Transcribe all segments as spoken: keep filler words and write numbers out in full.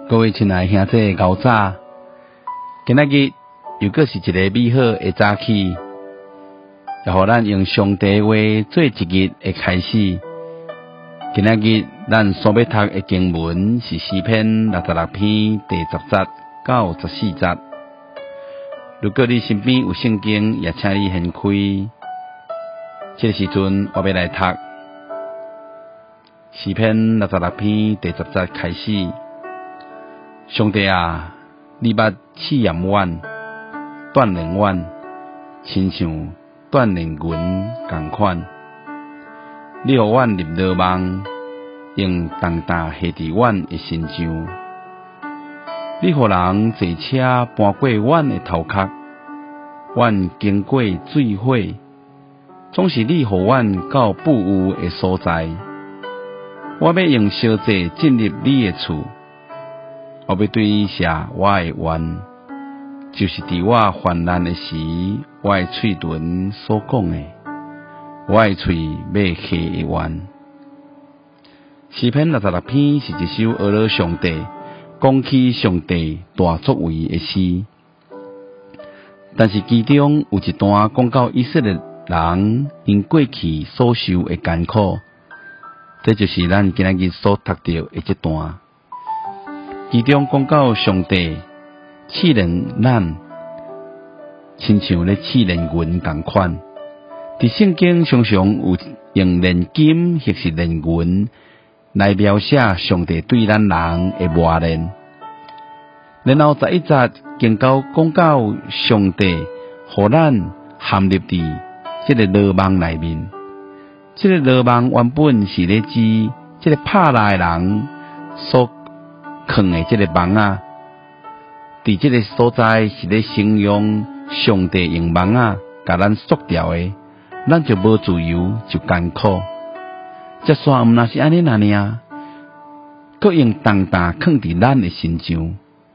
各位亲爱兄弟牛早，今仔日又搁是一个美好的早起，也互咱用上帝话做一日的开始。今仔日咱所要读的经文是诗篇六十六篇第十节到十四节。如果你身边有圣经，也请你掀开。这个时阵，我要来读诗篇六十六篇第十节开始。上帝啊，你捌试验阮、锻炼阮，亲像锻炼云同款。你互阮入牢梦，用重担下伫阮的身上。你互人坐车搬过阮的头壳，阮经过水火，总是你互阮到不有的所在。我要用小济进入你的厝。我要对你写我的愿，就是伫我患难的时，我的嘴唇所讲的，我的嘴要下的愿。诗篇六十六篇是一首俄罗上帝讲起上帝大作为的诗，但是其中有一段讲到以色列人因过去所受的艰苦，这就是咱今仔日所读到的这段。其中讲到上帝试炼咱，亲像咧试炼云同款。伫圣经常常有用炼金或是炼云来描写上帝对咱人的磨练。然后十一节经到讲到上帝互咱陷入伫这个牢笼内面。这个牢笼原本是咧指这个拍来的人所藏的这个网啊，伫这个所在是咧形容上帝用网啊，甲咱锁掉的，咱就无自由，就艰苦。这煞毋若是安尼那尔，佮用重担放伫咱的身上。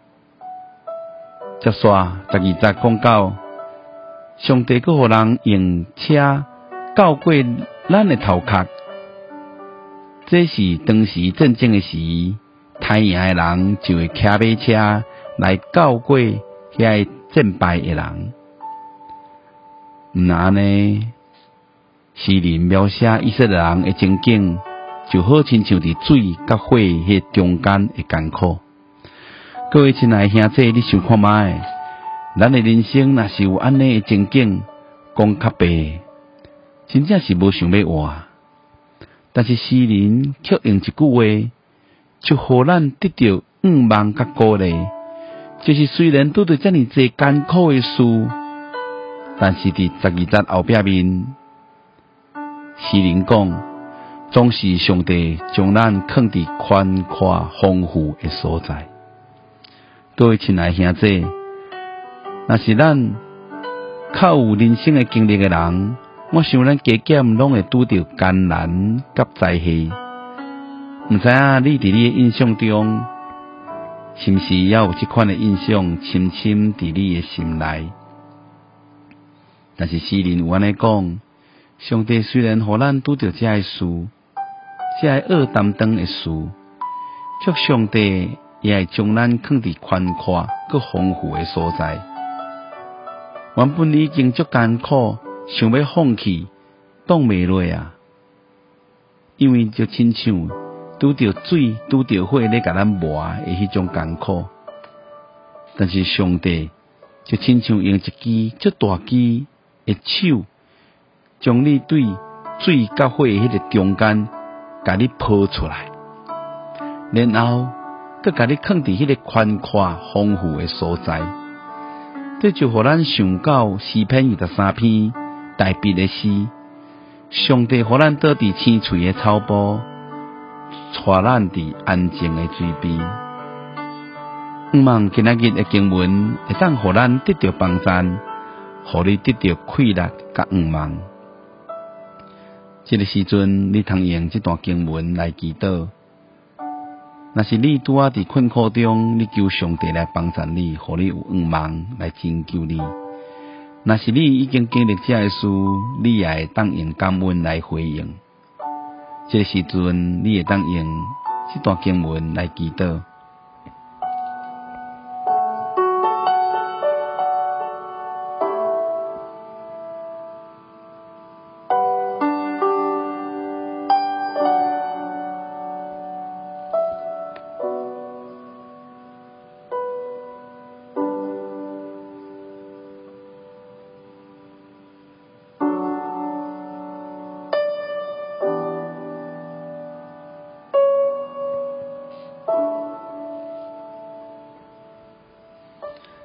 这煞十二节讲到，上帝佮互人用车绕过咱的头壳，这是当时战争的时。太赢的人就会骑马车来告过遐战败的人。毋然呢，诗人描写以色列人的情景，就好亲像伫水甲火迄中间的艰苦。各位亲爱兄弟，你想看觅？咱的人生若是有安尼的情景，讲较白，真正是无想要活。但是诗人却用一句话。就互咱得到愿望甲鼓励，就是虽然拄着遮尔济艰苦的事，但是伫十二节后壁面，诗人讲，总是上帝将咱放伫宽阔丰富的所在。各位亲爱兄弟，若是咱较有人生的经历的人，我想咱加减拢会拄着艰难甲灾祸。毋知影你伫你的印象中，是毋是也有即款的印象深深伫你的心内？但是诗人有安尼讲，上帝虽然互咱拄着遮个事，遮个恶担当的事，却上帝也会将咱放伫宽阔佮丰富的所在。原本已经足艰苦，想要放弃，挡袂落啊，因为就亲像。拄着水、拄着火咧，甲咱磨的迄种艰苦，但是上帝就亲像用一支足大支的手，将你对水甲火迄个中间，甲你抛出来，然后佮甲你放伫迄个宽阔丰富的所在。这就互咱想到诗篇二十三篇大笔的诗，上帝互咱倒伫青翠的草坡。带咱伫安静的水边，希望今仔日的经文会当互咱得到帮助，互你得到快乐甲愿望。这个时阵，你通用这段经文来祈祷。若是你拄啊伫困苦中，你求上帝来帮助你，互你有愿望来拯救你。若是你已经经历这个事，你也会当用感恩来回应。这个时阵，你会当用这段经文来祈祷。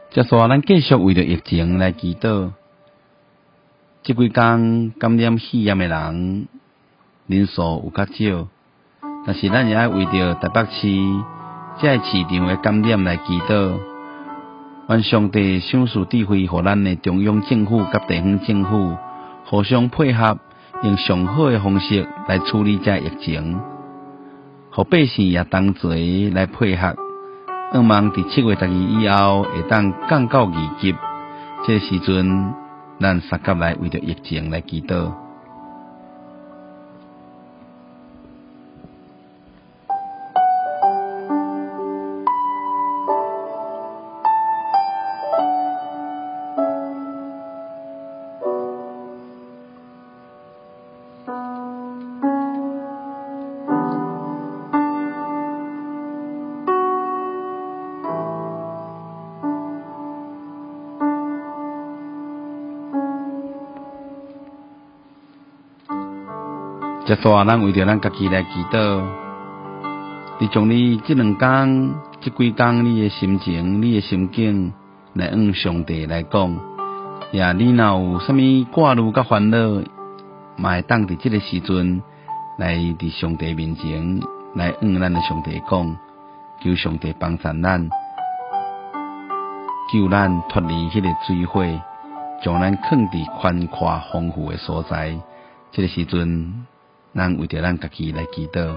接续咱继续为着疫情来祈祷。即几天感染肺炎的人人数有较少，但是咱也爱为着台北市这个市场的感染来祈祷。愿上帝赏赐智慧，互咱的中央政府甲地方政府互相配合，用上好的方式来处理这疫情，互百姓也同齐来配合。盼望伫七月十二以后会当降到二级，这个时阵，咱三甲来为着疫情来祈祷。接续咱为着咱家己来祈祷，你将你这两天、这几天你的心情、你的心境来向上帝来讲，也你若有啥物挂虑甲烦恼，嘛会当伫这个时阵来伫上帝面前来向咱的上帝讲，求上帝帮助咱，救咱脱离迄个水火，将咱放伫宽阔丰富的所在。这个时阵，咱为着咱家己来祈祷。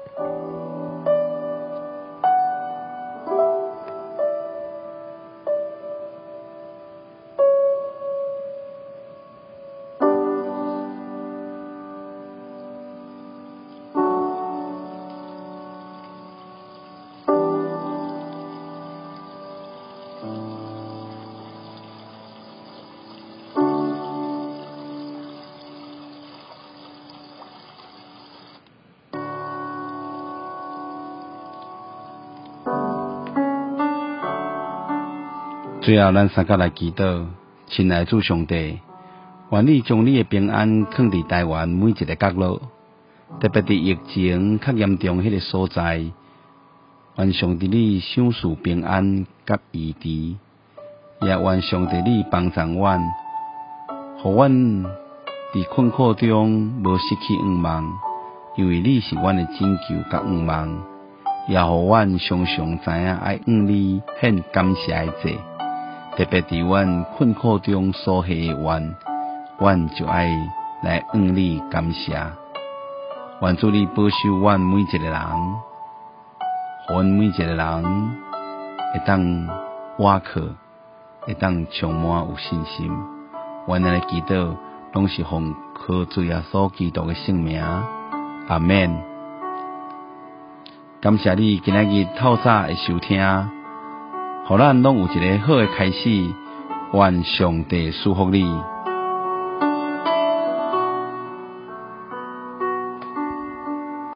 最后，咱三甲来祈祷，亲爱的主上帝，愿你将你的平安放伫台湾每一个角落，特别伫疫情较严重迄个所在，愿上帝你赏赐平安甲医治，也愿上帝你帮助阮，互阮伫困苦中无失去盼望，因为你是阮的拯救甲盼望，也互阮常常知影爱向你献感谢的祭。特别伫阮困苦中所下的愿，阮就爱来向你感谢。愿主你保守阮每一个人，互阮每一个人会当活靠，会当充满有信心。愿咱的祈祷拢是奉靠主耶稣基督的圣名，阿们。感谢你今仔日透早的收听。互咱拢有一个好的开始，愿上帝祝福你。